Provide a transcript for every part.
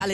Alle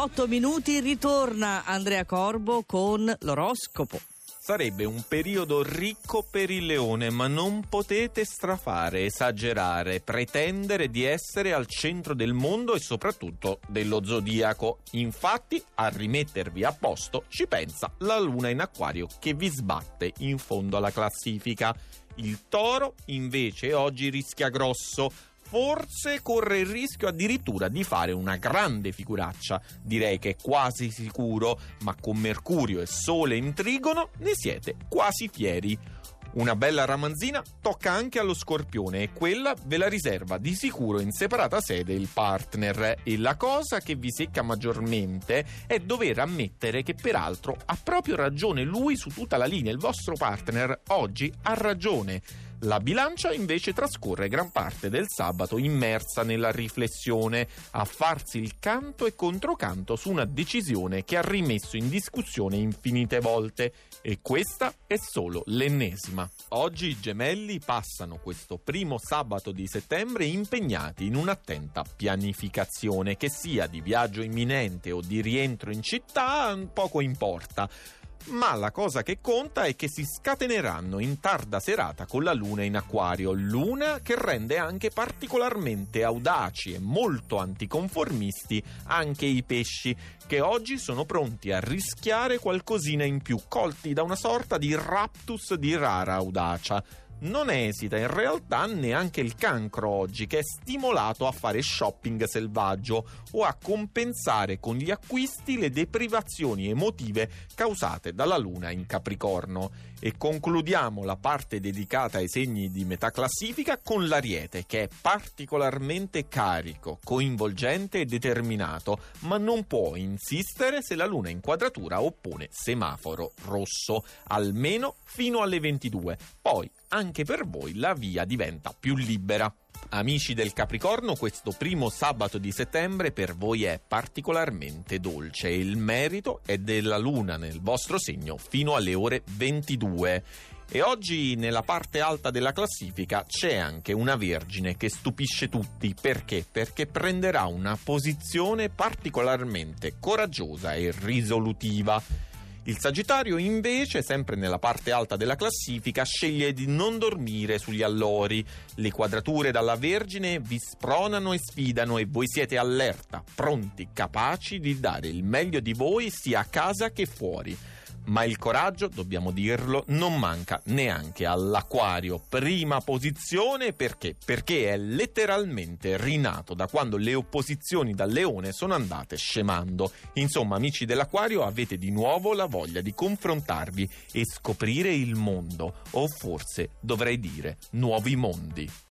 6:08 ritorna Andrea Corbo con l'oroscopo. Sarebbe un periodo ricco per il leone, ma non potete strafare, esagerare, pretendere di essere al centro del mondo e soprattutto dello zodiaco. Infatti, a rimettervi a posto ci pensa la luna in acquario che vi sbatte in fondo alla classifica. Il toro invece oggi rischia grosso. Forse corre il rischio addirittura di fare una grande figuraccia, direi che è quasi sicuro, ma con Mercurio e Sole in trigono ne siete quasi fieri. Una bella ramanzina tocca anche allo Scorpione e quella ve la riserva di sicuro in separata sede il partner, e la cosa che vi secca maggiormente è dover ammettere che peraltro ha proprio ragione lui su tutta la linea. Il vostro partner oggi ha ragione. La bilancia invece trascorre gran parte del sabato immersa nella riflessione, a farsi il canto e controcanto su una decisione che ha rimesso in discussione infinite volte, e questa è solo l'ennesima. Oggi i gemelli passano questo primo sabato di settembre impegnati in un'attenta pianificazione, che sia di viaggio imminente o di rientro in città poco importa. Ma la cosa che conta è che si scateneranno in tarda serata con la luna in acquario, luna che rende anche particolarmente audaci e molto anticonformisti anche i pesci, che oggi sono pronti a rischiare qualcosina in più, colti da una sorta di raptus di rara audacia. Non esita in realtà neanche il Cancro oggi, che è stimolato a fare shopping selvaggio o a compensare con gli acquisti le deprivazioni emotive causate dalla luna in Capricorno. E concludiamo la parte dedicata ai segni di metà classifica con l'Ariete, che è particolarmente carico, coinvolgente e determinato, ma non può insistere se la luna in quadratura oppone semaforo rosso, almeno fino alle 22. Poi anche per voi la via diventa più libera. Amici del Capricorno, questo primo sabato di settembre per voi è particolarmente dolce e il merito è della luna nel vostro segno fino alle ore 22. E oggi nella parte alta della classifica c'è anche una Vergine che stupisce tutti. Perché? Perché prenderà una posizione particolarmente coraggiosa e risolutiva. Il Sagittario invece, sempre nella parte alta della classifica, sceglie di non dormire sugli allori. Le quadrature dalla Vergine vi spronano e sfidano e voi siete allerta, pronti, capaci di dare il meglio di voi sia a casa che fuori. Ma il coraggio, dobbiamo dirlo, non manca neanche all'Acquario. Prima posizione perché? Perché è letteralmente rinato da quando le opposizioni dal Leone sono andate scemando. Insomma, amici dell'Acquario, avete di nuovo la voglia di confrontarvi e scoprire il mondo, o forse dovrei dire nuovi mondi.